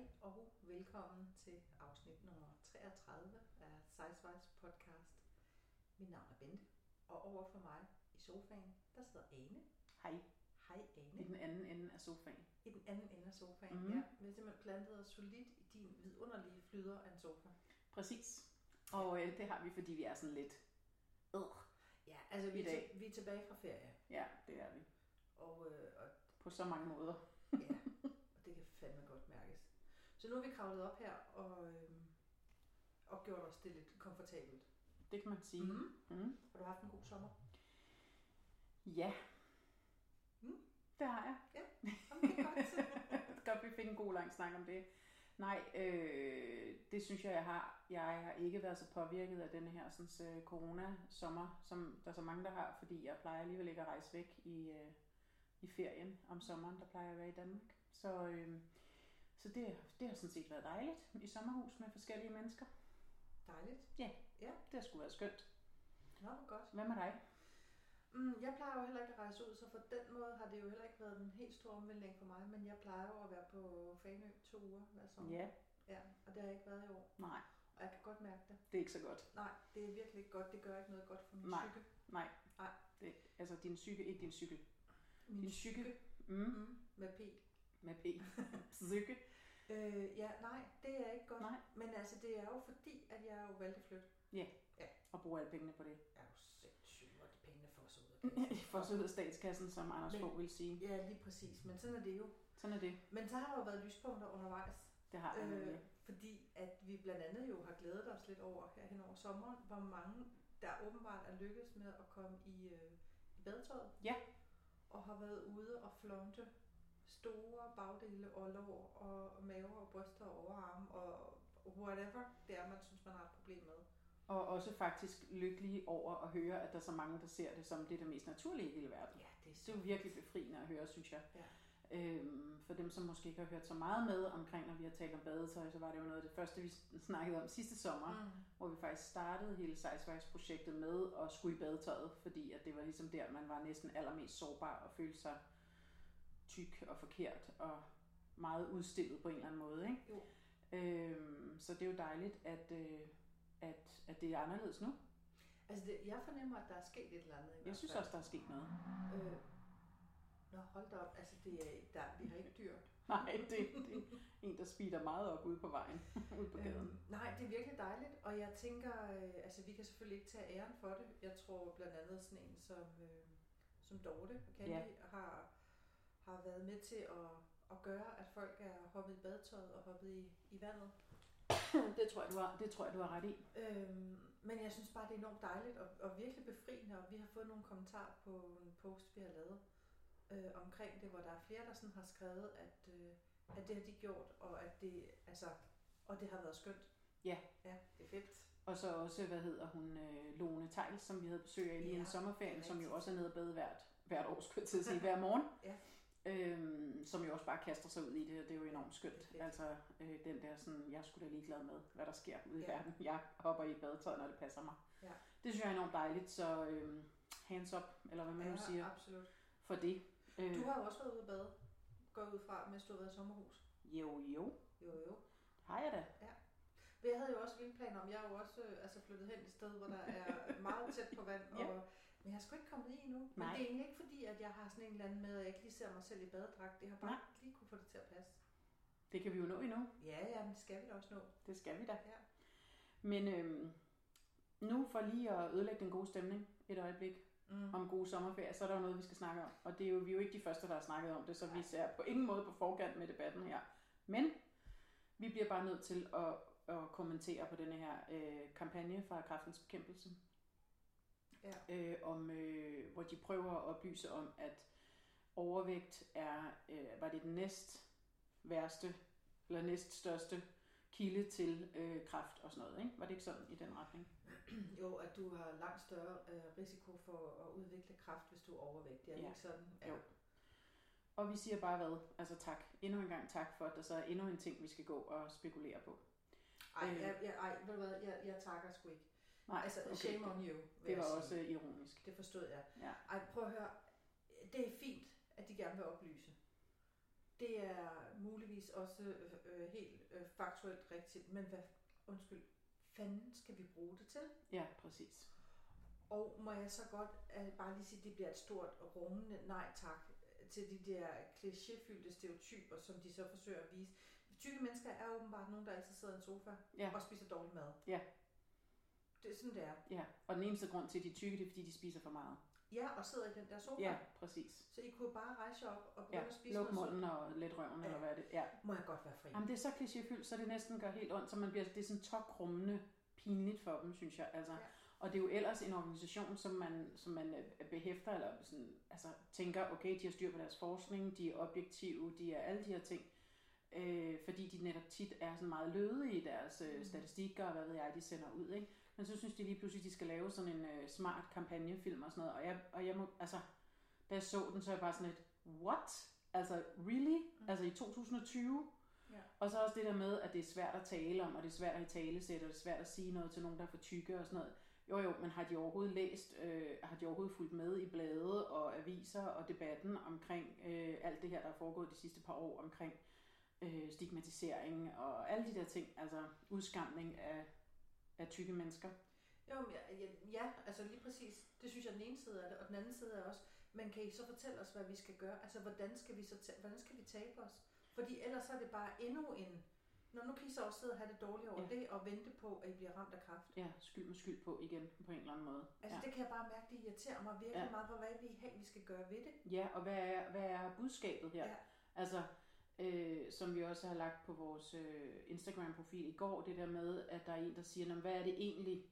og velkommen til afsnit nummer 33 af Sizewise podcast. Mit navn er Bente, og over for mig i sofaen, der sidder Ane. Hej. Hej Ane. I den anden ende af sofaen. I den anden ende af sofaen, ja. Vi har simpelthen plantet os solidt i din vidunderlige flyder af en sofa. Præcis. Og det har vi, fordi vi er sådan lidt Ja, altså vi er tilbage fra ferie. Ja, det er vi. Og på så mange måder. Ja, og det kan fandme godt mærkes. Så nu er vi kravlet op her og gjort os det lidt komfortabelt. Det kan man sige. Har du haft en god sommer? Ja. Det har jeg. Ja, det er godt. Godt, vi fik en god lang snak om det. Nej, det synes jeg har. Jeg har ikke været så påvirket af denne her sådan, corona-sommer, som der er så mange, der har, fordi jeg plejer alligevel ikke at rejse væk i ferien om sommeren, der plejer jeg at være i Danmark. Så det har sådan set været dejligt i sommerhus med forskellige mennesker. Dejligt. Ja, Ja. Det har sgu været skønt. Nå, hvor godt. Hvad med dig? Jeg plejer jo heller ikke at rejse ud, så på den måde har det jo heller ikke været en helt stor omvæltning for mig, men jeg plejer jo at være på Fanø 2 uger hver sommer. Ja. Ja, og det har jeg ikke været i år. Nej. Og jeg kan godt mærke det. Det er ikke så godt. Nej, det er virkelig ikke godt. Det gør ikke noget godt for min psyke. Nej. Nej. Det, altså din psyke, ikke din cykel. Min psyke. Med P. Med P. Psyke. Ja, nej, det er ikke godt. Nej. Men altså, det er jo fordi, at jeg jo valgte at flytte. Ja. Ja. Og bruge alle pengene på det. Jeg er jo sindssygt, hvor de pengene får så ud af kassen. For så ud af statskassen, som Anders Fogh vil sige. Ja, lige præcis. Men sådan er det jo. Sådan er det. Men så har der jo været lyspunkter undervejs. Det har jeg fordi at vi blandt andet jo har glædet os lidt over her hen over sommeren, hvor mange der åbenbart er lykkedes med at komme i badetøjet. Ja. Og har været ude og flonte store bagdele og lår og maver og bryster og overarme og whatever det er, man synes, man har et problem med. Og også faktisk lykkelige over at høre, at der er så mange, der ser det som det mest naturlige i hele verden. Ja, det er jo virkelig befriende at høre, synes jeg. Ja. For dem, som måske ikke har hørt så meget med omkring, når vi har talt om badetøj, så var det jo noget af det første, vi snakkede om sidste sommer, hvor vi faktisk startede hele Sizewise-projektet med at skulle i badetøjet, fordi at det var ligesom der, man var næsten allermest sårbar og følte sig tyk og forkert og meget udstillet på en eller anden måde. Ikke? Jo. Så det er jo dejligt, at det er anderledes nu. Altså jeg fornemmer, at der er sket et eller andet. Jeg synes også, der er sket noget. Nå, hold da op. Altså, vi har ikke dyr. Nej, det er en, der speeder meget op ude på vejen, ude på gaden. Nej, det er virkelig dejligt, og jeg tænker, altså vi kan selvfølgelig ikke tage æren for det. Jeg tror blandt andet sådan en som Dorte og Candy har været med til at gøre, at folk er hoppet i badetøjet og hoppet i vandet. Det tror jeg, du har ret i. Men jeg synes bare, det er enormt dejligt og virkelig befriende, og vi har fået nogle kommentarer på en post, vi har lavet omkring det, hvor der er flere, der sådan har skrevet, at det har de gjort, og at det, altså, og det har været skønt. Ja. Ja, det er fedt. Og så også, Lone Theils, som vi havde besøg af lige en sommerferie, som jo også er nede og bade hvert år, skulle jeg til at sige, hver morgen. Ja. Som jo også bare kaster sig ud i det, og det er jo enormt skønt. Altså den der sådan, jeg er sgu da ligeglad med, hvad der sker ude i verden. Jeg hopper i et badetøj, når det passer mig. Ja. Det synes jeg er enormt dejligt, så hands up, eller hvad man nu siger. Absolut. For det. Du har jo også været ude at bade, går ud fra, mens du har været i sommerhus. Jo. Det har jeg da. Ja. Men jeg havde jo også vildplaner om, jeg er jo også flyttet hen et sted, hvor der er meget tæt på vand, ja. Men jeg har sgu ikke kommet i endnu. Men Nej. det er egentlig ikke fordi, at jeg har sådan en eller anden med, at jeg ikke lige ser mig selv i badedragt. Det har bare lige kunne få det til at passe. Det kan vi jo nå endnu. Ja, men det skal vi da også nå. Det skal vi da. Ja. Men nu for lige at ødelægge den gode stemning et øjeblik om gode sommerferie, så er der jo noget, vi skal snakke om. Og det er jo, vi er jo ikke de første, der har snakket om det, så vi ser på ingen måde på forkant med debatten her. Men vi bliver bare nødt til at kommentere på denne her kampagne fra Kræftens Bekæmpelse. Ja. Hvor de prøver at oplyse om, at overvægt var det den næst værste, eller næststørste kilde til kræft og sådan noget, ikke? Var det ikke sådan i den retning? Jo, at du har langt større risiko for at udvikle kræft, hvis du er overvægtig. Det er ikke sådan? Ja. Jo. Og vi siger bare hvad? Altså tak. Endnu en gang tak for, at der så er endnu en ting, vi skal gå og spekulere på. Ved du hvad? Jeg takker sgu ikke. Nej, altså, okay. shame on you. Det var også ironisk. Det forstod jeg. Ja. Prøv at høre. Det er fint, at de gerne vil oplyse. Det er muligvis også helt faktuelt rigtigt, men fanden skal vi bruge det til? Ja, præcis. Og må jeg så godt bare lige sige, at det bliver et stort rungende nej tak til de der klichéfyldte stereotyper, som de så forsøger at vise. Tykke mennesker er åbenbart nogen, der altid sidder i en sofa og spiser dårlig mad. Ja. Det er sådan, det er. Ja, og den eneste grund til, at de er tykke, det er, fordi de spiser for meget. Ja, og sidder i den der sofa. Ja, præcis. Så I kunne bare rejse op og begynde at spise luk munden og let røven, eller hvad er det? Ja. Må jeg godt være fri? Jamen, det er så klichéfyldt, så det næsten gør helt ondt, så man bliver, det er sådan tokrummende pinligt for dem, synes jeg. Altså. Ja. Og det er jo ellers en organisation, som man behæfter, eller sådan, altså, tænker, okay, de har styr på deres forskning, de er objektive, de er alle de her ting, fordi de netop tit er sådan meget lødige i deres statistikker, og hvad ved jeg, de sender ud, ikke? Men så synes de lige pludselig, de skal lave sådan en smart kampagnefilm og sådan noget, og jeg må, altså, da jeg så den, så er jeg bare sådan et, what? Altså, really? Altså i 2020? Ja. Og så også det der med, at det er svært at tale om, og det er svært at italesætte, og det er svært at sige noget til nogen, der er for tykke og sådan noget. Jo, men har de overhovedet læst, har de overhovedet fulgt med i blade og aviser og debatten omkring alt det her, der er foregået de sidste par år, omkring stigmatisering og alle de der ting, altså udskamning af tykke mennesker? Jo, ja, altså lige præcis. Det synes jeg er den ene side af det, og den anden side er også, men kan I så fortælle os, hvad vi skal gøre? Altså, hvordan skal vi tabe os? Fordi ellers er det bare endnu en... Når nu kan I så også sidde og have det dårligt over det, og vente på, at I bliver ramt af kræft. Ja, skyld på igen, på en eller anden måde. Altså, det kan jeg bare mærke, det irriterer mig virkelig meget på, hvad vi skal gøre ved det. Ja, og hvad er budskabet her? Ja. Altså, som vi også har lagt på vores Instagram-profil i går, det der med, at der er en, der siger, hvad er det egentlig,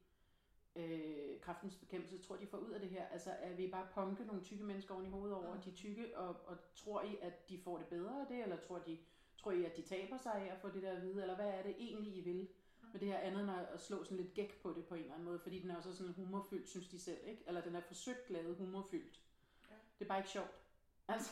kræftens bekæmpelse tror, de får ud af det her? Altså, er vi bare punke nogle tykke mennesker oven i hovedet over, at de er tykke, og tror I, at de får det bedre af det, eller tror I, at de taber sig af at få det der at vide, eller hvad er det egentlig, I vil? Med det her andet, end at slå sådan lidt gæk på det på en eller anden måde, fordi den er også sådan humorfyldt, synes de selv, ikke? Eller den er forsøgt lavet humorfyldt. Ja. Det er bare ikke sjovt. Altså,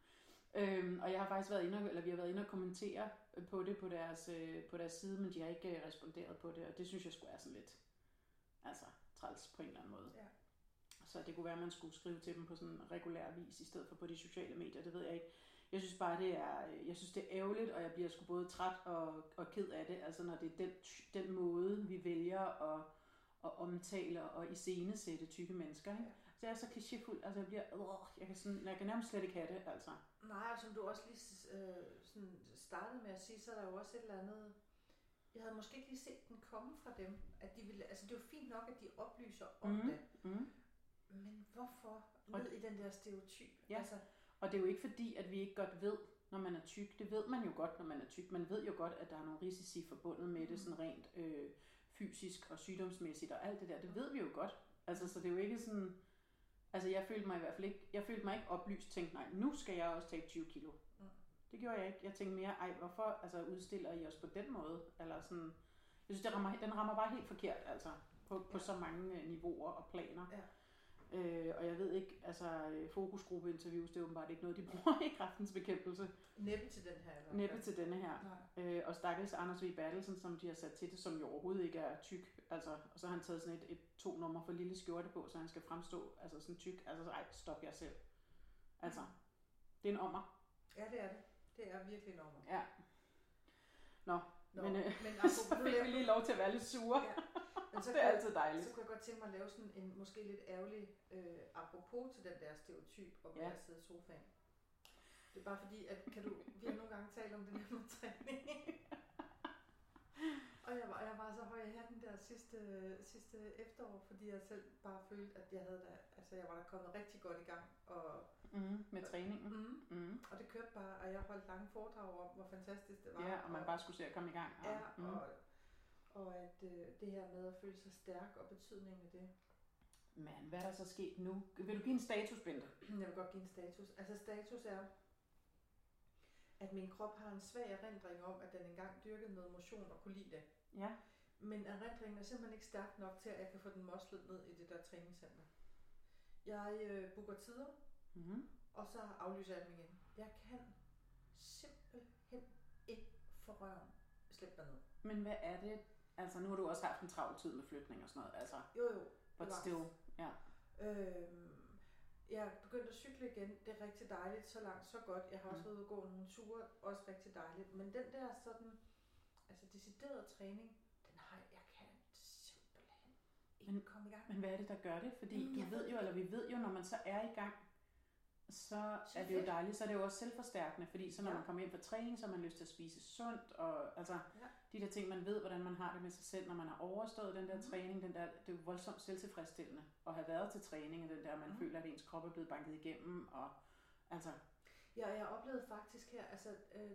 og jeg har faktisk vi har været inde og kommentere på det på deres side, men de har ikke responderet på det, og det synes jeg skulle være sådan lidt, altså, træls på en eller anden måde. Ja. Så det kunne være, at man skulle skrive til dem på sådan en regulær vis, i stedet for på de sociale medier, det ved jeg ikke. Jeg synes bare, det er ærgerligt, og jeg bliver sgu både træt og ked af det, altså når det er den måde, vi vælger at omtale og iscenesætte tykke mennesker, ikke? Ja. Så jeg er så klichéfuld, altså jeg kan nærmest slet ikke have det, altså. Nej, og som du også lige sådan startede med at sige, så er der jo også et eller andet, jeg havde måske ikke lige set den komme fra dem, at de ville, altså det er jo fint nok, at de oplyser om det, men hvorfor ned i den der stereotyp? Ja. Altså, og det er jo ikke fordi, at vi ikke godt ved, når man er tyk. Det ved man jo godt, når man er tyk. Man ved jo godt, at der er nogle risici forbundet med det, sådan rent fysisk og sygdomsmæssigt og alt det der. Det ved vi jo godt. Altså, så det er jo ikke sådan... Altså, jeg følte mig ikke oplyst, tænkte, nej, nu skal jeg også tage 20 kilo. Det gjorde jeg ikke. Jeg tænkte mere, hvorfor altså, udstiller I os på den måde? Eller sådan... Jeg synes, den rammer bare helt forkert, altså. På så mange niveauer og planer. Ja. Og jeg ved ikke, altså fokusgruppeinterviews, det er åbenbart ikke noget, de bruger i kræftens bekæmpelse. Næppe til den her. Næppe til denne her. Og stakkels Anders V. Bertelsen, som de har sat til det, som jo overhovedet ikke er tyk. Altså, og så har han taget sådan et 2 nummer for lille skjorte på, så han skal fremstå altså sådan tyk. Altså, stop jer selv. Altså, det er en ommer. Ja, det er det. Det er virkelig en ommer. Ja. Nå men så fik vi lige lov til at være lidt sure. Ja. Men så det er altid dejligt. Så kunne jeg godt tænke mig at lave sådan en måske lidt ærgerlig apropos til den der stereotyp om at sidde i sofaen. Det er bare fordi, at vi har nogle gange talt om det der med træning. Og jeg var så høj i hatten der sidste efterår, fordi jeg selv bare følte, at jeg var der kommet rigtig godt i gang. Med træningen. Og det kørte bare, og jeg holdt lange foredrag om, hvor fantastisk det var. Ja, og man bare skulle se at komme i gang. Og at det her med at føle sig stærk og betydningen af det. Men hvad er der så sket nu? Vil du give en status, Bente? Jeg vil godt give en status. Altså status er, at min krop har en svag erindring om, at den engang dyrkede noget motion og kunne lide det. Ja. Men erindringen er simpelthen ikke stærk nok til, at jeg kan få den moslet ned i det der træningscenter. Jeg booker tider, og så aflyser jeg dem igen. Jeg kan simpelthen ikke få røven slæbt derned. Men hvad er det? Altså, nu har du også haft en travl tid med flytning og sådan noget, altså. Jo. But still, ja. Jeg er begyndt at cykle igen. Det er rigtig dejligt. Så langt, så godt. Jeg har også været ude og gå nogle ture. Også rigtig dejligt. Men den der sådan, altså decideret træning, den har jeg kan simpelthen ikke komme i gang. Men hvad er det, der gør det? Fordi vi ved jo, når man så er i gang, så er det jo dejligt. Så er det jo også selvforstærkende, fordi så når man kommer hjem fra træning, så har man lyst til at spise sundt, og altså de der ting, man ved, hvordan man har det med sig selv, når man har overstået den der træning, det er jo voldsomt selvtilfredsstillende at have været til træning, og den der, man føler, at ens krop er blevet banket igennem, og altså. Ja, jeg oplevede faktisk her, altså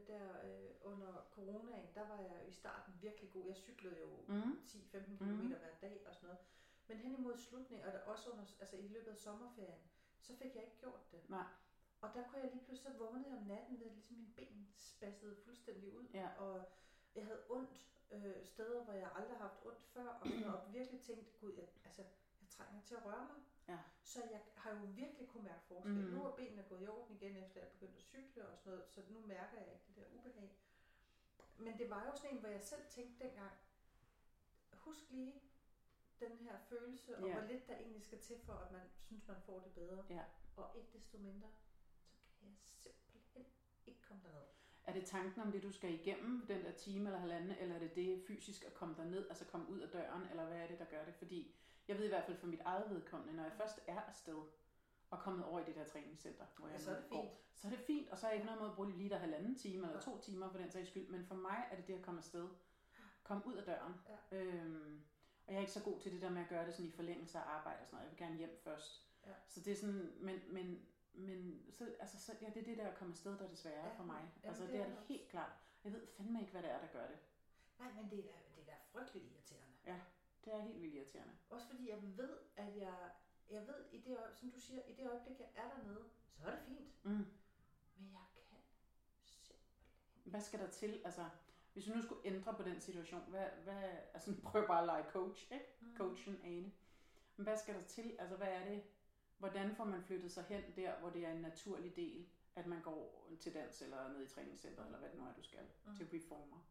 under coronaen, der var jeg i starten virkelig god. Jeg cyklede jo 10-15 km hver dag og sådan noget. Men hen imod slutningen, og også i løbet af sommerferien, så fik jeg ikke gjort det. Nej. Og der kunne jeg lige pludselig, så vågnede jeg om natten ved, at ligesom mine ben spassede fuldstændig ud. Ja. Og jeg havde ondt steder, hvor jeg aldrig har haft ondt før, og sådan noget, og virkelig tænkte, gud, jeg trænger til at røre mig. Ja. Så jeg har jo virkelig kunne mærke forskel. Nu er benene gået i orden igen, efter jeg begyndte at cykle og sådan noget, så nu mærker jeg ikke det der ubehag. Men det var jo sådan en, hvor jeg selv tænkte dengang, husk lige den her følelse, og hvor lidt der egentlig skal til for, at man synes, man får det bedre. Ja. Og ikke desto mindre, så kan jeg simpelthen ikke komme derned. Er det tanken om det, du skal igennem den der time eller halvanden, eller er det det fysisk at komme derned, altså komme ud af døren, eller hvad er det, der gør det? Fordi jeg ved i hvert fald for mit eget vedkommende, når jeg først er afsted og kommet over i det der træningscenter, hvor jeg så er det fint. Så er det fint, og så er jeg ikke noget mod at bruge lige der halvanden time eller 2 timer for den sags skyld, men for mig er det det at komme afsted. Komme ud af døren. Ja. Og jeg er ikke så god til det der med at gøre det sådan i forlængelse af arbejde og sådan noget. Jeg vil gerne hjem først. Ja. Så det er sådan, men så det er det der at komme afsted, der er det svære for mig. Altså det er det helt klart. Jeg ved fandme ikke, hvad det er, der gør det. Nej, men det er da frygteligt irriterende. Ja, det er helt vildt irriterende. Også fordi jeg ved, at jeg ved, i det, som du siger, i det øjeblik, jeg er dernede, så er det fint. Men jeg kan simpelthen. Hvad skal der til? Altså, hvis du nu skulle ændre på den situation, altså prøv bare at lege coach, ikke? Coachen Ane. Men hvad skal der til? Altså, hvad er det? Hvordan får man flyttet sig hen der, hvor det er en naturlig del, at man går til dans eller ned i træningscenter, eller hvad det nu er, du skal, til reformer?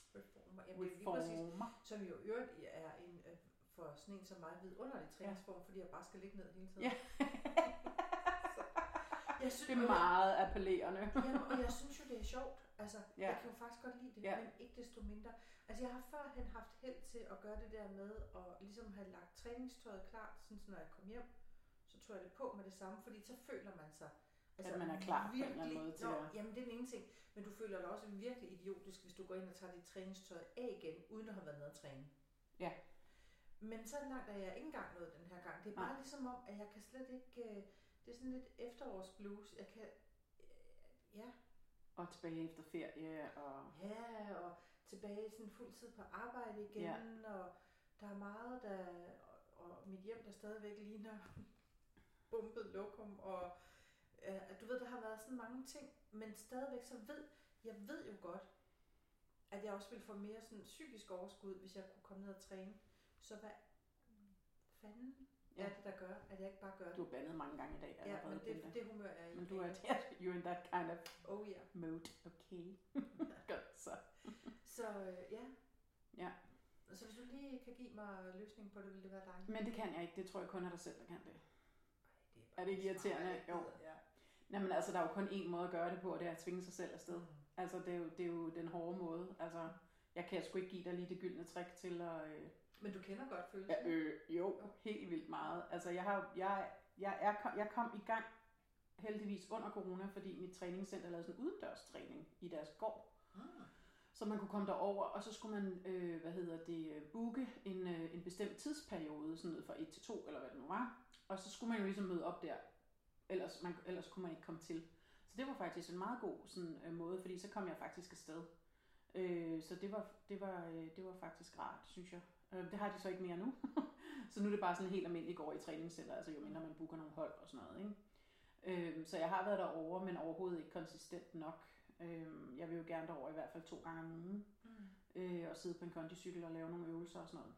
Reformer. Som jo øvrigt er en, for sådan en som mig, vidunderlig træningsform, fordi jeg bare skal ligge ned hele tiden. Ja. Jeg synes, det er meget appellerende. Jamen, og jeg synes jo, det er sjovt. Altså, jeg kan jo faktisk godt lide det, men ikke desto mindre. Altså, jeg har førhen haft held til at gøre det der med at ligesom have lagt træningstøjet klart, sådan så når jeg kom hjem, så tog jeg det på med det samme, fordi så føler man sig altså, at man er klar virkelig, på en eller anden måde til jamen, det er den ene ting, men du føler dig også virkelig idiotisk, hvis du går ind og tager dit træningstøj af igen, uden at have været nede at træne. Ja. Men så langt er jeg ikke engang nået den her gang. Det er bare ligesom om, at jeg kan slet ikke. Det er sådan lidt efterårsblues. Jeg kan. Ja. Og tilbage efter ferie og. Ja, og tilbage sådan fuld tid på arbejde igen, og der er meget, og mit hjem, der stadigvæk ligner bumpet lokum, og du ved, der har været sådan mange ting, men stadigvæk så jeg ved jo godt, at jeg også ville få mere sådan psykisk overskud, hvis jeg kunne komme ned og træne. Så hvad fanden er det, der gør, at jeg ikke bare gør det? Du har bandet mange gange i dag. Ja, men det humør er i. Men du er you're in that kind of mode. Okay. Godt så. Så ja. Så hvis du lige kan give mig løsning på det, ville det være dejligt. Men det kan jeg ikke. Det tror jeg kun er dig selv, der kan det. Er det ikke irriterende? Jo. Ja. Jamen altså, der er jo kun én måde at gøre det på, og det er at tvinge sig selv afsted. Altså, det er jo den hårde måde. Altså, jeg kan sgu ikke give dig lige det gyldne trick til at. Men du kender godt følelsen? Jo, helt vildt meget. Altså, jeg kom i gang heldigvis under corona, fordi mit træningscenter lavede sådan en udendørstræning i deres gård. Så man kunne komme derover, og så skulle man, booke en bestemt tidsperiode, sådan noget fra 1 til 2, eller hvad det nu var. Og så skulle man jo ligesom møde op der, ellers kunne man ikke komme til. Så det var faktisk en meget god sådan, måde, fordi så kom jeg faktisk afsted. Så det var faktisk rart, synes jeg. Det har de så ikke mere nu. Så nu er det bare sådan helt almindeligt går i træningscenter, altså jo mindre man booker nogle hold og sådan noget, ikke? Så jeg har været derovre, men overhovedet ikke konsistent nok. Jeg vil jo gerne derover i hvert fald 2 gange om ugen. Og sidde på en kondicykel og lave nogle øvelser og sådan noget.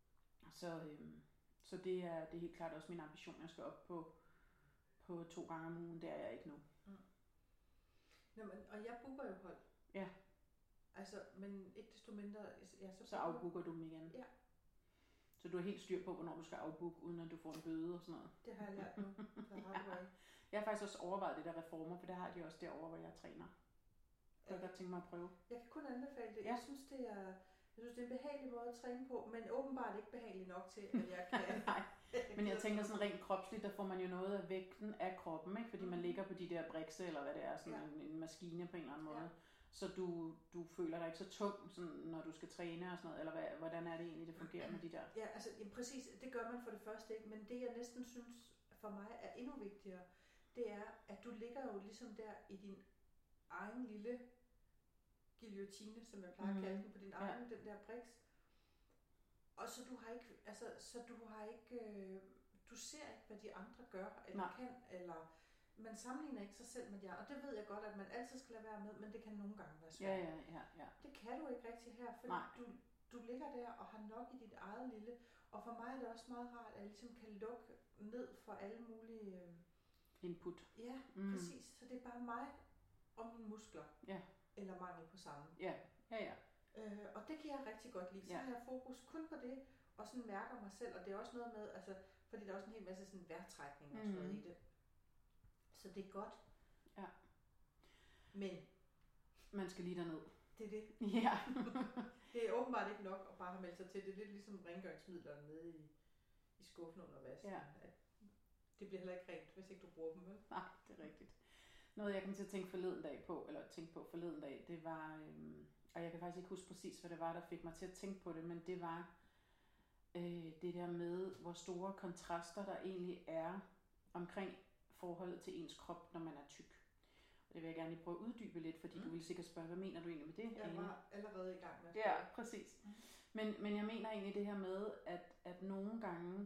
Så det er helt klart også min ambition, jeg skal op på 2 gange om ugen. Det er jeg ikke nu. Nå, men, og jeg booker jo hold. Ja. Altså, men ikke desto mindre. Så afbooker du dem igen. Ja. Så du har helt styr på, hvornår du skal afbooke, uden at du får en bøde og sådan noget? Det har jeg lært nu. Det har du ikke. Jeg har faktisk også overvejet det der reformer, for det har de også derovre, hvor jeg træner. Det kunne jeg godt tænke mig at prøve. Jeg kan kun anbefale det. Ja. Jeg synes, det er en behagelig måde at træne på, men åbenbart ikke behagelig nok til, at jeg kan. Nej, men jeg tænker sådan rent kropsligt, der får man jo noget af vægten af kroppen, ikke? Fordi man ligger på de der brikse, eller hvad det er, sådan en maskine på en eller anden måde. Så du føler dig ikke så tung, sådan, når du skal træne og sådan noget, eller hvordan er det egentlig, det fungerer med de der? Ja, altså præcis, det gør man for det første ikke, men det jeg næsten synes for mig er endnu vigtigere, det er, at du ligger jo ligesom der i din egen lille guillotine, som jeg plejer at kalde den, på din egen, den der briks. Og så du har ikke, du ser ikke, hvad de andre gør, eller kan, eller man sammenligner ikke sig selv med de andre. Og det ved jeg godt, at man altid skal lade være med, men det kan nogle gange være svært. Ja. Det kan du ikke rigtig her, fordi du ligger der og har nok i dit eget lille. Og for mig er det også meget rart, at jeg ligesom kan lukke ned for alle mulige input. Ja, præcis. Så det er bare mig og mine muskler. Ja. Eller mangel på samme. Ja. Og det kan jeg rigtig godt lide. Så har jeg fokus kun på det, og sådan mærker mig selv. Og det er også noget med, altså, fordi der er også en hel masse sådan vejrtrækning og sådan noget i det. Så det er godt. Ja. Men man skal lige derned. Det er det. Ja. Det er åbenbart ikke nok at bare have meldt sig til. Det er lidt ligesom rengøringsmidlerne nede i skuffen under vasken. Ja. Det bliver heller ikke rent, hvis ikke du bruger dem, vel? Nej, det er rigtigt. Noget jeg kom til at tænke forleden dag, det var, og jeg kan faktisk ikke huske præcis, hvad det var, der fik mig til at tænke på det, men det var det der med, hvor store kontraster der egentlig er omkring forholdet til ens krop, når man er tyk. Og det vil jeg gerne lige prøve at uddybe lidt, fordi du vil sikkert spørge, hvad mener du egentlig med det? Jeg var allerede i gang med at spørge. Ja, præcis. Men jeg mener egentlig det her med, at nogle gange,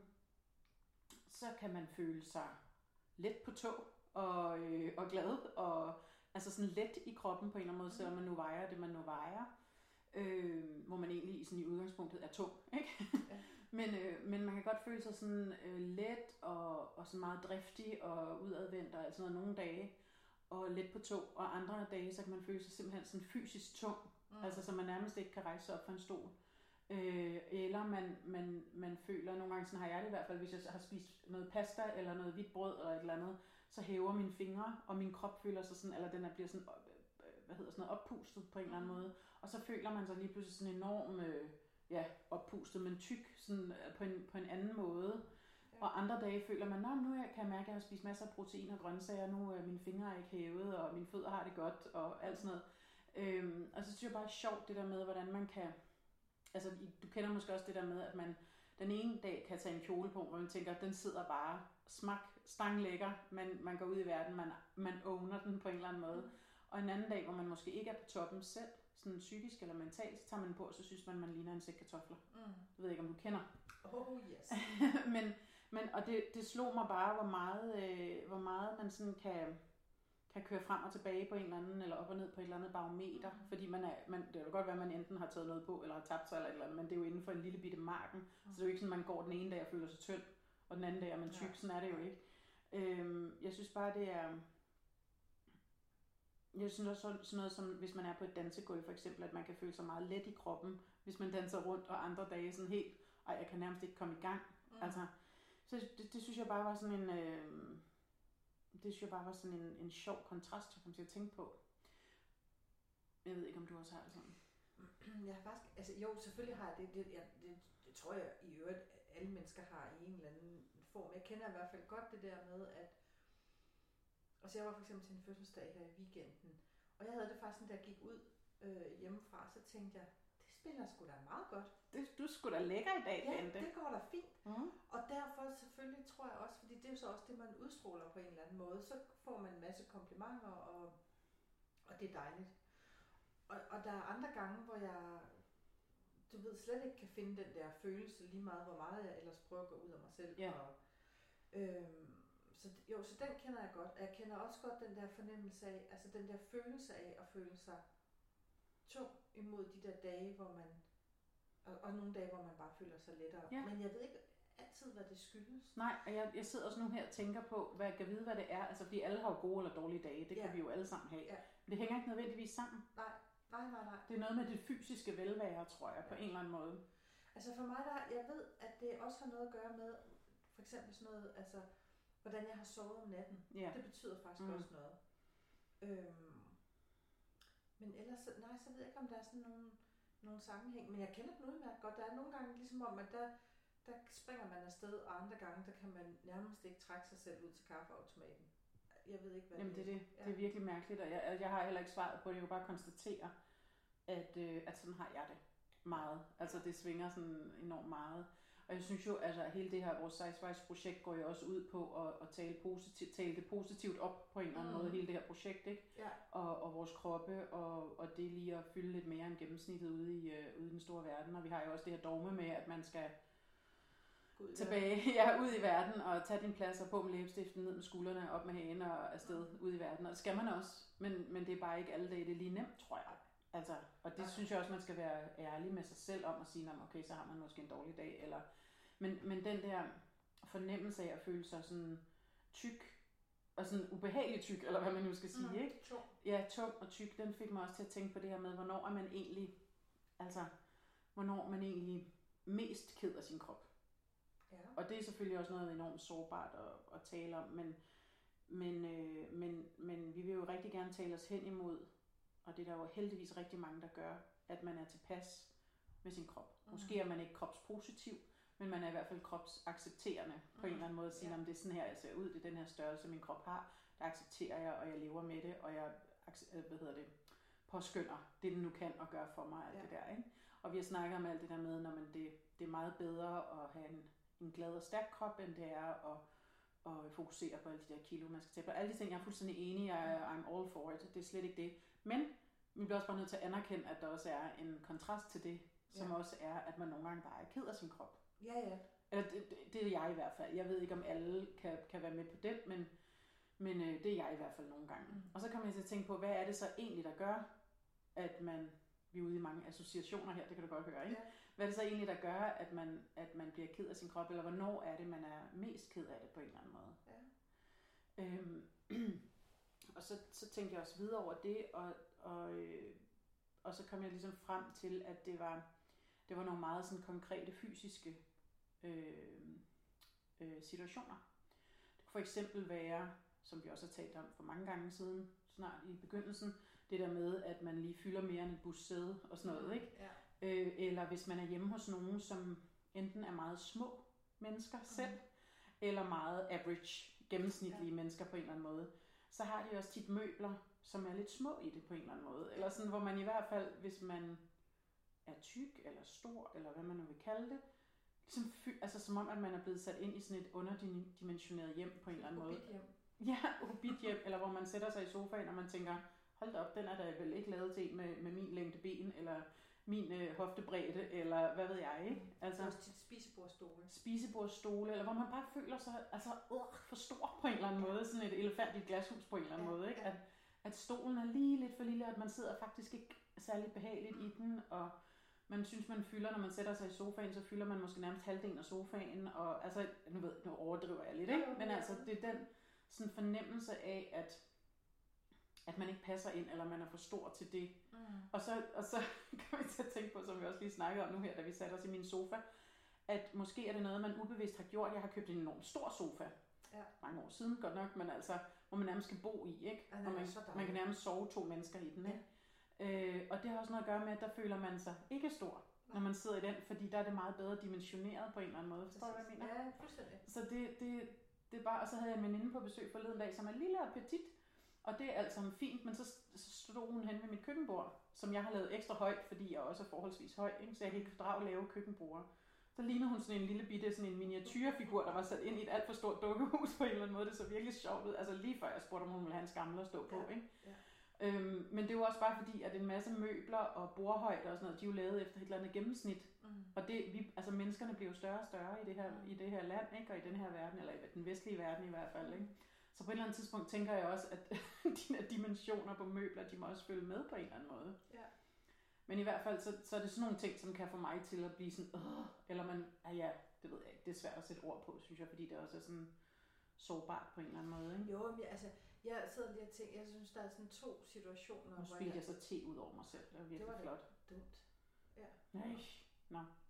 så kan man føle sig let på tå og glad, og altså sådan let i kroppen på en eller anden måde, selvom man nu vejer det, man nu vejer. Hvor man egentlig sådan i udgangspunktet er tung, ikke? Ja. Men man kan godt føle sig sådan let og sådan meget driftig og udadvendt og altså noget nogle dage og let på tå, og andre dage så kan man føle sig simpelthen sådan fysisk tung, altså så man nærmest ikke kan rejse sig op fra en stol. Eller man føler, nogle gange sådan har jeg det i hvert fald, hvis jeg har spist noget pasta eller noget hvidt brød eller et eller andet, så hæver mine fingre, og min krop føler sig sådan, eller bliver sådan, oppustet på en eller anden måde, og så føler man sig lige pludselig sådan enorm, oppustet, men tyk, sådan på en anden måde. Ja. Og andre dage føler man, nu kan jeg mærke, at jeg har spist masser af protein og grøntsager, nu er mine fingre er ikke hævet, og mine fødder har det godt, og alt sådan noget. Og så synes jeg bare, det er sjovt det der med, hvordan man kan, altså du kender måske også det der med, at man den ene dag kan tage en kjole på, hvor man tænker, at den sidder bare stanglækker, men man går ud i verden, man owner den på en eller anden måde. Og en anden dag, hvor man måske ikke er på toppen selv, sådan psykisk eller mentalt, så tager man på, og så synes man ligner en sæk kartofler. Jeg ved ikke, om du kender. Oh yes. men og det slog mig bare, hvor meget man sådan kan køre frem og tilbage på en eller anden, eller op og ned på et eller andet barometer, fordi det kan godt være, at man enten har taget noget på, eller har tabt sig, eller et eller andet, men det er jo inden for en lille bitte marken, så det er jo ikke sådan, at man går den ene dag og føler sig tynd, og den anden dag er man tyk, sådan er det jo ikke. Jeg synes bare, det er, jeg synes også sådan noget som, hvis man er på et dansegulv for eksempel, at man kan føle sig meget let i kroppen, hvis man danser rundt, og andre dage sådan helt, jeg kan nærmest ikke komme i gang. Altså, så det synes jeg bare var sådan en sjov kontrast, jeg kom til at tænke på. Jeg ved ikke, om du også har det sådan. Jeg har faktisk, altså jo, selvfølgelig har jeg det. Det tror jeg i øvrigt, alle mennesker har i en eller anden form. Jeg kender i hvert fald godt det der med, at altså jeg var for eksempel til en fødselsdag her i weekenden, og jeg havde det faktisk sådan, da jeg gik ud hjemmefra, så tænkte jeg, det spiller sgu da meget godt. Du er sgu da lækker i dag, Bente. Ja, det går da fint. Og derfor selvfølgelig tror jeg også, fordi det er jo så også det, man udstråler på en eller anden måde, så får man en masse komplimenter, og det er dejligt. Og der er andre gange, hvor jeg, du ved, slet ikke kan finde den der følelse, lige meget hvor meget jeg ellers prøver at gå ud af mig selv. Ja. Så den kender jeg godt. Jeg kender også godt den der fornemmelse af, altså den der følelse af at føle sig tung imod de der dage, hvor man, og nogle dage, hvor man bare føler sig lettere. Ja. Men jeg ved ikke altid, hvad det skyldes. Nej, og jeg sidder også nu her og tænker på, hvad jeg kan vide, hvad det er. Altså, fordi alle har jo gode eller dårlige dage. Det kan vi jo alle sammen have. Ja. Men det hænger ikke nødvendigvis sammen. Nej. Det er noget med det fysiske velvære, tror jeg, på en eller anden måde. Altså for mig der, jeg ved, at det også har noget at gøre med, for eksempel sådan noget, altså, hvordan jeg har sovet om natten. Ja. Det betyder faktisk også noget. Men ellers, nej, så ved jeg ikke, om der er sådan nogle sammenhæng. Men jeg kender den udmærket godt. Der er nogle gange ligesom om, at der springer man afsted, og andre gange, der kan man nærmest ikke trække sig selv ud til kaffeautomaten. Jeg ved ikke, hvad Jamen, det er. Det er virkelig mærkeligt, og jeg har heller ikke svaret på det. Jeg kan bare konstatere, at sådan har jeg det meget. Altså det svinger sådan enormt meget. Og jeg synes jo, altså hele det her, vores Sizewise-projekt går jo også ud på at tale det positivt op på en eller anden måde, hele det her projekt, ikke? Ja. Og vores kroppe, og det lige at fylde lidt mere end gennemsnittet ude i den store verden. Og vi har jo også det her dogme med, at man skal tilbage ud i verden og tage din plads og på med læbestiften, ned med skuldrene, op med hagen og afsted ud i verden. Og det skal man også, men det er bare ikke alle dage, det er lige nemt, tror jeg. Altså, og det synes jeg også, man skal være ærlig med sig selv om at sige, okay, så har man måske en dårlig dag. Eller, men den der fornemmelse af at føle sig sådan tyk, og sådan ubehagelig tyk, eller hvad man nu skal sige, ikke? Tung. Ja, tung og tyk, den fik mig også til at tænke på det her med, hvornår man egentlig mest ked af sin krop. Ja. Og det er selvfølgelig også noget enormt sårbart at tale om, men vi vil jo rigtig gerne tale os hen imod, og det er der jo heldigvis rigtig mange, der gør, at man er tilpas med sin krop. Måske er man ikke kropspositiv, men man er i hvert fald kropsaccepterende på en eller anden måde. At sige, om det er sådan her, jeg ser ud, det er den her størrelse, min krop har, der accepterer jeg, og jeg lever med det, og jeg påskynder det, den nu kan og gøre for mig, alt det der, ikke? Og vi har snakket om alt det der med, når man det er meget bedre at have en glad og stærk krop, end det er at fokusere på alle de der kilo, man skal tage på. Alle de ting, jeg er fuldstændig enig, I'm all for it, det er slet ikke det. Men vi bliver også bare nødt til at anerkende, at der også er en kontrast til det, som også er, at man nogle gange bare er ked af sin krop. Ja. Eller det er jeg i hvert fald. Jeg ved ikke, om alle kan være med på den, men det er jeg i hvert fald nogle gange. Og så kommer jeg til at tænke på, hvad er det så egentlig, der gør, at vi er ude i mange associationer her, det kan du godt høre, ikke? Ja. Hvad er det så egentlig, der gør, at man bliver ked af sin krop, eller hvornår er det, man er mest ked af det på en eller anden måde? Ja. Og så tænkte jeg også videre over det, og så kom jeg ligesom frem til, at det var nogle meget sådan konkrete fysiske situationer. Det kunne for eksempel være, som vi også har talt om for mange gange siden, snart i begyndelsen, det der med, at man lige fylder mere end et bussæde og sådan noget, ikke? Ja. Eller hvis man er hjemme hos nogen, som enten er meget små mennesker selv, eller meget average, gennemsnitlige mennesker på en eller anden måde, så har de også tit møbler, som er lidt små i det på en eller anden måde. Eller sådan, hvor man i hvert fald, hvis man er tyk eller stor, eller hvad man nu vil kalde det, ligesom altså som om, at man er blevet sat ind i sådan et underdimensioneret hjem på en eller anden måde. Ja, hobithjem, eller hvor man sætter sig i sofaen, og man tænker, hold da op, den er da vel ikke lavet til en med min længde ben, eller min hoftebredde, eller hvad ved jeg, ikke? Altså også til spisebordstole. Spisebordstole, eller hvor man bare føler sig for stor på en eller anden måde, sådan et elefant i et glashus på en eller anden måde, ikke? At stolen er lige lidt for lille, at man sidder faktisk ikke særlig behageligt i den, og man synes, man fylder, når man sætter sig i sofaen, så fylder man måske nærmest halvdelen af sofaen, og altså, nu overdriver jeg lidt, ikke? Men altså, det er den sådan fornemmelse af, at man ikke passer ind, eller man er for stor til det. Og så kan vi til at tænke på, som vi også lige snakkede om nu her, da vi satte os i min sofa, at måske er det noget, man ubevidst har gjort. Jeg har købt en enormt stor sofa. Ja. Mange år siden, godt nok, men altså, hvor man nærmest skal bo i, ikke? Og man kan nærmest sove 2 mennesker i den, ikke? Og det har også noget at gøre med, at der føler man sig ikke stor, når man sidder i den, fordi der er det meget bedre dimensioneret på en eller anden måde. Forstår du, hvad jeg mener? Ja, fuldstændig. Så det er bare, og så havde jeg en veninde på besøg forleden dag, som er lille og petit, og det er alt sammen fint, men så stod hun hen ved mit køkkenbord, som jeg har lavet ekstra højt, fordi jeg også er forholdsvis høj, ikke? Så jeg kan ikke drage lave køkkenbord. Så lignede hun sådan en lille bitte, sådan en miniatyrfigur, der var sat ind i et alt for stort dukkehus på en eller anden måde. Det så virkelig sjovt ud. Altså lige før jeg spurgte, om hun ville have en skammel at stå på, ikke? Ja. Men det er jo også bare fordi, at en masse møbler og bordhøjder og sådan noget, de er jo lavet efter et eller andet gennemsnit. Og altså menneskerne bliver jo større og større i det her land, ikke? Og i den her verden, eller i den vestlige verden i hvert fald, ikke? Så på et eller andet tidspunkt tænker jeg også, at de her dimensioner på møbler, de må også følge med på en eller anden måde. Ja. Men i hvert fald, så er det sådan nogle ting, som kan få mig til at blive sådan, eller man, det ved jeg ikke, det er svært at sætte ord på, synes jeg, fordi det også er sådan sårbart på en eller anden måde, ikke? Jo, men jeg sidder lige og tænker, jeg synes, der er sådan 2 situationer. Nu spildte jeg så te ud over mig selv, det var virkelig flot. Dumt. Ja. Nej, nå.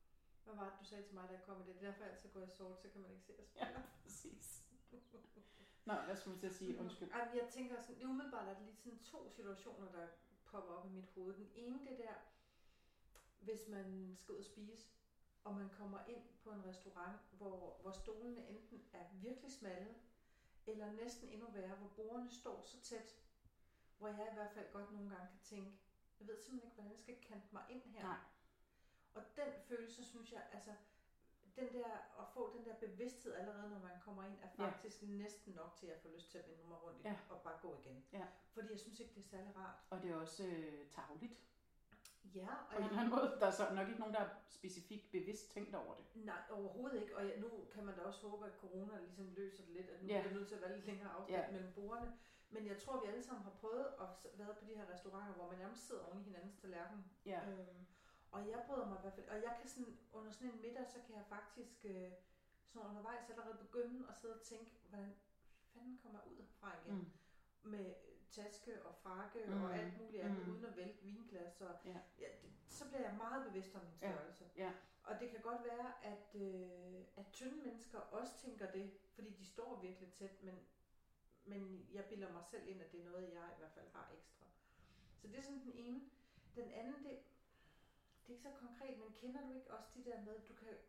Hvad var det, du sagde til mig, da jeg kom i det? Det er derfor, jeg altid går i sort, så kan man ikke se os. Ja, præcis. Nå, hvad skulle man til at sige? Undskyld. Jeg tænker sådan, det umiddelbart er der lige sådan 2 situationer, der popper op i mit hoved. Den ene, det der, hvis man skal ud og spise, og man kommer ind på en restaurant, hvor stolene enten er virkelig smalle, eller næsten endnu værre, hvor bordene står så tæt, hvor jeg i hvert fald godt nogle gange kan tænke, jeg ved simpelthen ikke, hvordan jeg skal kante mig ind her. Nej. Og den følelse, synes jeg, altså, den der, at få den der bevidsthed allerede, når man kommer ind, er faktisk næsten nok til, at jeg får lyst til at vende mig rundt og bare gå igen. Ja. Fordi jeg synes ikke, det er særlig rart. Og det er også tarveligt. Ja, og på en eller anden måde. Der er så nok ikke nogen, der er specifikt bevidst tænkt over det. Nej, overhovedet ikke. Og nu kan man da også håbe, at corona ligesom løser det lidt, at nu er det nødt til at være lidt længere afstand mellem bordene. Men jeg tror, vi alle sammen har prøvet at være på de her restauranter, hvor man nærmest sidder oven i hinandens tallerken. Ja. Og jeg bryder mig i hvert fald. Og jeg kan sådan, under sådan en middag, så kan jeg faktisk sådan undervejs allerede begynde at sidde og tænke, hvordan fanden kommer jeg ud herfra igen? Med taske og frakke og alt muligt andet, uden at vælte vinglas. Og, så bliver jeg meget bevidst om min størrelse. Ja. Og det kan godt være, at tynde mennesker også tænker det, fordi de står virkelig tæt, men jeg bilder mig selv ind, at det er noget, jeg i hvert fald har ekstra. Så det er sådan den ene. Den anden, det er ikke så konkret, men kender du ikke også de der med, at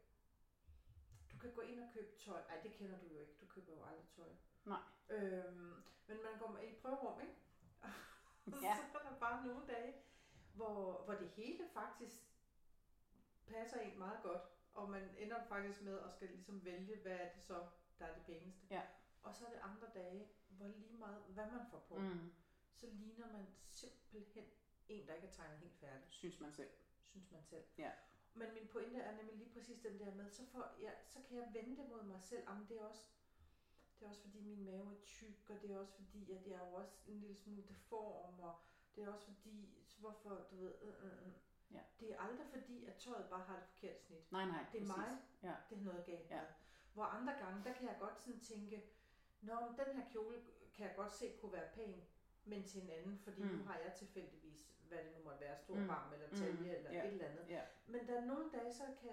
du kan gå ind og købe tøj? Ej, det kender du jo ikke. Du køber jo aldrig tøj. Nej. Men man går i prøverum, ikke? Ja. Så er der bare nogle dage, hvor det hele faktisk passer en meget godt, og man ender faktisk med at skal ligesom vælge, hvad er det så, der er det pæneste. Ja. Og så er det andre dage, hvor lige meget, hvad man får på, så ligner man simpelthen en, der ikke er tegnet helt færdig. Synes man selv. Ja. Men min pointe er nemlig lige præcis den der med, så kan jeg vende det mod mig selv. Jamen, det er også fordi min mave er tyk, og det er også fordi, at jeg er jo også en lille smule deform, og det er også fordi, hvorfor, du ved, Ja. Det er aldrig fordi, at tøjet bare har det forkerte snit. Nej, det er præcis. mig, det er noget galt med. Hvor andre gange, der kan jeg godt sådan tænke, den her kjole kan jeg godt se kunne være pæn, men til en anden, fordi nu har jeg tilfældigvis, hvad det nu måtte være, stor barm eller talje eller et eller andet. Men der er nogle dage,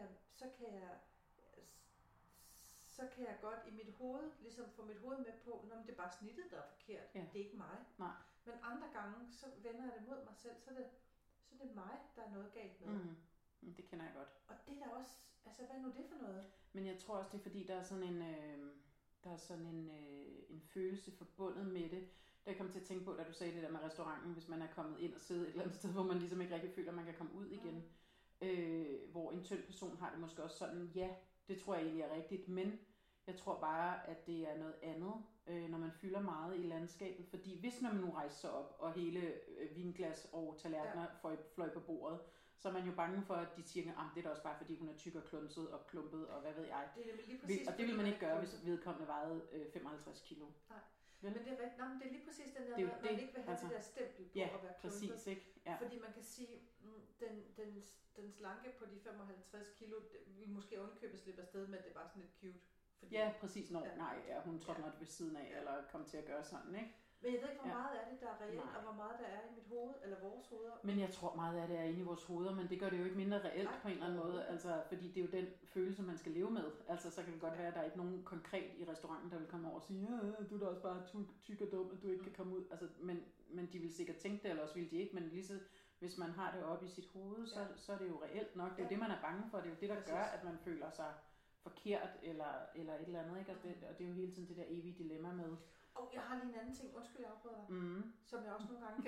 så kan jeg godt i mit hoved, ligesom få mit hoved med på, når det er bare snittet, der er forkert. Det er ikke mig. Nej. Men andre gange, så vender jeg det mod mig selv, så er det mig, der er noget galt med. Det kender jeg godt. Og det er da også, altså hvad er nu det for noget? Men jeg tror også, det er fordi, der er sådan en følelse forbundet med det. Der kom til at tænke på, da du sagde det der med restauranten, hvis man er kommet ind og sidder et eller andet sted, hvor man ligesom ikke rigtig føler, at man kan komme ud igen. Hvor en tynd person har det måske også sådan, det tror jeg egentlig er rigtigt, men jeg tror bare, at det er noget andet, når man fylder meget i landskabet, fordi hvis når man nu rejser sig op, og hele vinglas og tallerkener fløj på bordet, så er man jo bange for, at de siger, det er da også bare fordi hun er tyk og klunset og klumpet, og hvad ved jeg. Det er lige præcis, og det vil man ikke gøre, hvis vedkommende vejede 55 kilo. Nej. Men det er rigtigt. Men det er lige præcis den der, at man ikke vil have det der stempel på at være klumpet. Præcis, ikke? Ja. Fordi man kan sige, den slanke på de 55 kilo, vi måske ovenikøbet slippe afsted med, at det var sådan lidt cute. Fordi, præcis. Hun trådte nok ved siden af, eller kom til at gøre sådan, ikke? Men jeg ved ikke, hvor meget af det, der er reelt, og hvor meget der er i mit hoved, eller vores hoveder. Men jeg tror meget af det er inde i vores hoveder, men det gør det jo ikke mindre reelt på en eller anden måde. Altså, fordi det er jo den følelse, man skal leve med. Altså, så kan det godt være, at der er ikke nogen konkret i restauranten, der vil komme over og sige, du er da også bare tyk og dum, at du ikke kan komme ud. Altså, men de vil sikkert tænke det, eller også vil de ikke. Men lige så, hvis man har det oppe i sit hoved, så er det jo reelt nok. Det er jo det, man er bange for. Det er jo det, der gør, at man føler sig forkert, eller et eller andet. Ikke? Og det er jo hele tiden det der evige dilemma med. Jeg har lige en anden ting, undskyld jeg afbryder dig, som jeg også nogle gange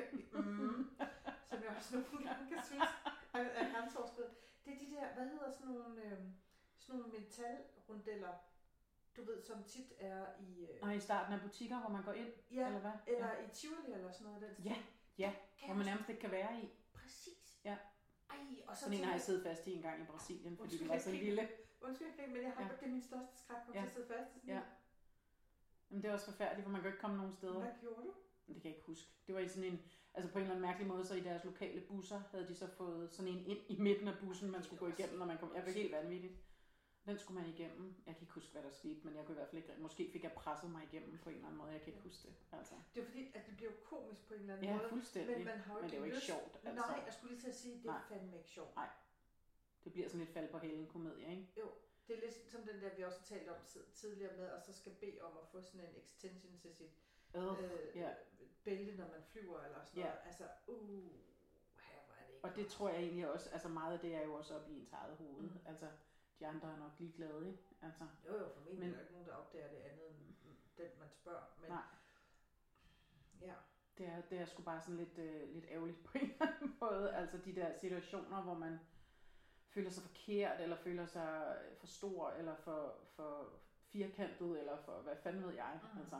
kan synes er grænseoverskridende. Det er de der, hvad hedder sådan nogle metalrundeller, du ved, som tit er i... i starten af butikker, hvor man går ind, eller hvad? Eller i Tivoli eller sådan noget. Den hvor man nærmest ikke kan være i. Præcis. Ja. Og så sådan en har jeg siddet fast i en gang i Brasilien, fordi det var så lille. Undskyld, men jeg har det er min største skræk, til at sidde fast i sådan Men det er også forfærdeligt, for man kan ikke komme nogen steder. Hvad gjorde du? Det kan jeg ikke huske. Det var i sådan en, altså på en eller anden mærkelig måde, så i deres lokale busser havde de så fået sådan en ind i midten af bussen, man skulle gå igennem, når man kom. Jeg var helt vanvittigt. Den skulle man igennem. Jeg kan ikke huske, hvad der skete, men jeg kunne i hvert fald ikke. Måske fik jeg presset mig igennem på en eller anden måde. Jeg kan ikke huske det. Altså. Det er fordi, at det bliver komisk på en eller anden måde. Ja, fuldstændig. Men man har jo det er jo ikke sjovt. Altså. Nej, jeg skulle lige til at sige, det er fandme ikke sjovt. Nej. det bliver sådan lidt fald på halen komedie, ikke? Jo, det er lidt som den der, vi også har talt om tidligere med, og så skal bede om at få sådan en extension til sit bælte, når man flyver eller sådan noget. Altså, her var det ikke. Og det tror jeg egentlig også, altså meget af det er jo også op i ens eget hoved. Altså, de andre er nok ligeglade, ikke? Altså, jo, formentlig er der ikke nogen, der opdager det andet end den, man spørger. Men, nej. Ja. Det er sgu bare sådan lidt ærgerligt på en eller anden måde. Altså de der situationer, hvor man føler sig forkert, eller føler sig for stor, eller for firkantet, eller for hvad fanden ved jeg. Altså,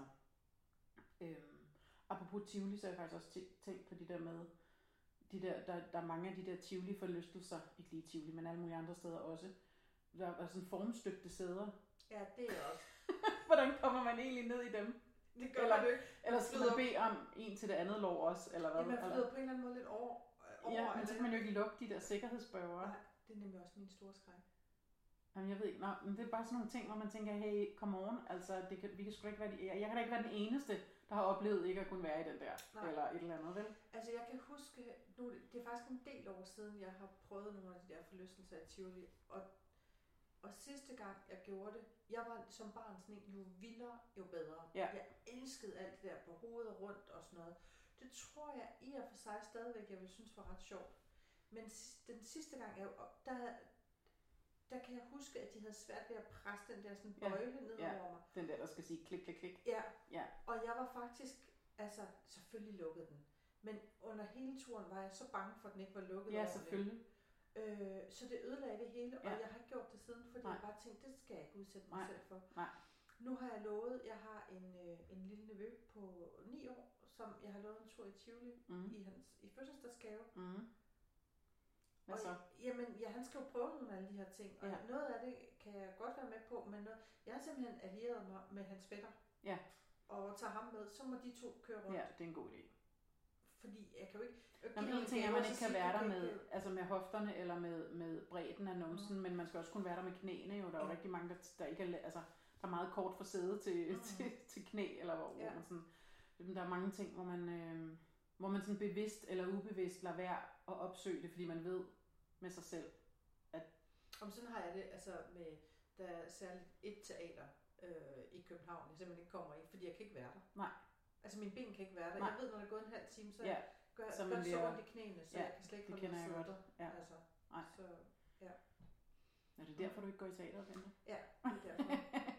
apropos Tivoli, så har jeg faktisk også tænkt på de der med, der er mange af de der Tivoli-forlystelser, ikke lige Tivoli, men alle mulige andre steder også. Der er sådan formstøbte sæder. Ja, det er også. Hvordan kommer man egentlig ned i dem? Det gør man ikke. Eller skal man bede om en til det andet lov også, eller hvad? Ja, man flyder på en eller anden måde lidt over. Ja, men så kan man jo ikke lukke de der sikkerhedsbørger. Nej, det er nemlig også min store skræk. Jamen, jeg ved ikke, men det er bare sådan nogle ting, hvor man tænker, hey, come on, altså, vi kan sgu ikke være jeg kan da ikke være den eneste, der har oplevet ikke at kunne være i den der, eller et eller andet, vel? Altså, jeg kan huske, nu, det er faktisk en del år siden, jeg har prøvet nogle af de der forlystelser i Tivoli, og sidste gang jeg gjorde det, jeg var som barn sådan en, jo vildere, jo bedre. Ja. Jeg elskede alt det der på hovedet og rundt og sådan noget. Det tror jeg i og for sig stadigvæk, jeg ville synes var ret sjovt. Men den sidste gang, der kan jeg huske, at de havde svært ved at presse den der sådan bøjle ned over mig. Den der skal sige klik, klik, klik. Ja, og jeg var faktisk, altså selvfølgelig lukkede den. Men under hele turen var jeg så bange for, at den ikke var lukket Ja, ordentligt. selvfølgelig. Så det ødelagde det hele, og jeg har ikke gjort det siden, fordi jeg bare tænkte, det skal jeg ikke udsætte mig selv for. Nej. Nu har jeg lovet, jeg har en lille nevø på 9 år, som jeg har lovet en tur i Tivoli i fødselsdagsgave. Hvad så? Han skal jo prøve nogle af alle de her ting, og noget af det kan jeg godt være med på, men jeg har simpelthen allieret mig med hans fætter. Ja. Og tager ham med, så må de to køre rundt. Ja, det er en god idé. Fordi jeg kan jo ikke... En ting er, at man ikke kan være der med, altså med hofterne eller med bredden af numsen, men man skal også kunne være der med knæene. Jo. Der er jo rigtig mange, der ikke er... Altså, der er meget kort fra sæde til knæ, eller hvor man sådan... Der er mange ting, hvor man sådan bevidst eller ubevidst lader være at opsøge det, fordi man ved med sig selv, at... Om sådan har jeg det, altså med... Der er særligt et teater i København, jeg simpelthen ikke kommer i, fordi jeg kan ikke være der. Nej. Altså mine ben kan ikke være der. Nej. Jeg ved, når der er gået en halv time, så gør så ondt i knæene, så jeg kan slet ikke holde mig sidde der. Ja. Altså, så, Er det derfor, du ikke går i teateret, Bente? Ja, det er derfor.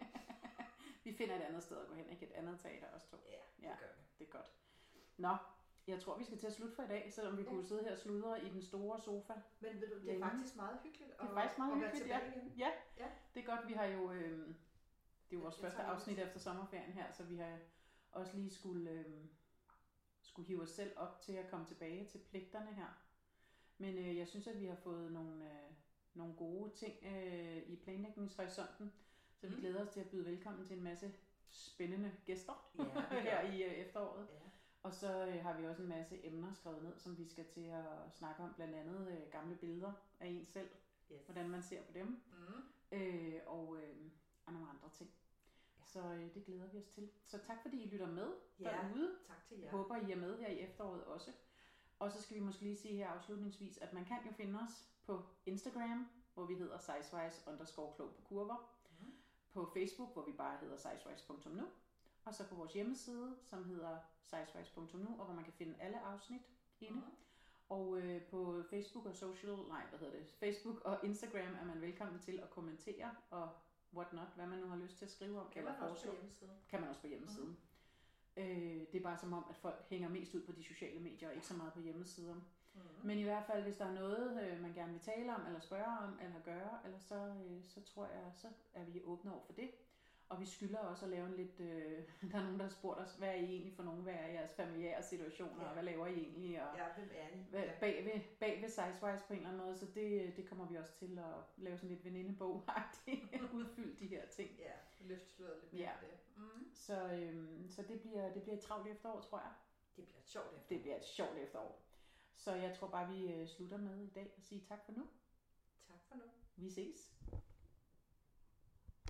Vi finder et andet sted at gå hen, ikke? Et andet teater, os to. Ja, det gør vi. Det er godt. Nå, jeg tror, vi skal til at slutte for i dag, selvom vi kunne sidde her og sludre i den store sofa. Men ved du, det er faktisk meget hyggeligt at være tilbage igen. Ja, det er godt. Vi har jo... det er jo vores første afsnit efter sommerferien her, så vi har også lige skulle hive os selv op til at komme tilbage til pligterne her. Men jeg synes, at vi har fået nogle gode ting i planlægningshorisonten, så vi glæder os til at byde velkommen til en masse spændende gæster her i efteråret. Ja. Og så har vi også en masse emner skrevet ned, som vi skal til at snakke om, blandt andet gamle billeder af en selv, hvordan man ser på dem, og nogle andre ting. Så det glæder vi os til. Så tak fordi I lytter med derude. Tak til jer. Jeg håber I er med her i efteråret også. Og så skal vi måske lige sige her afslutningsvis, at man kan jo finde os på Instagram, hvor vi hedder sizewise_klog på kurver. På Facebook, hvor vi bare hedder sizewise.nu. Og så på vores hjemmeside, som hedder sizewise.nu, og hvor man kan finde alle afsnit inde. Og på Facebook og Instagram er man velkommen til at kommentere og whatnot, hvad man nu har lyst til at skrive om. Kan man også på hjemmesiden. Kan man også på hjemmesiden. Det er bare som om, at folk hænger mest ud på de sociale medier, og ikke så meget på hjemmesider. Men i hvert fald, hvis der er noget, man gerne vil tale om, eller spørge om, eller gøre, eller så tror jeg, så er vi åbne over for det. Og vi skylder også at lave en lidt... der er nogen, der har spurgt os, hvad er I egentlig for nogen? Hvad er jeres familiære situationer? Og hvad laver I egentlig? Og hvem er I? Bag ved Sizewise på en eller anden måde. Så det kommer vi også til at lave sådan lidt venindebog-agtigt. Udfylde de her ting. Ja, løfte sløret lidt mere på det. Så det bliver et travlt efterår, tror jeg. Det bliver et sjovt efterår. Det bliver et sjovt efterår. Så jeg tror bare, vi slutter med i dag og siger tak for nu. Tak for nu. Vi ses.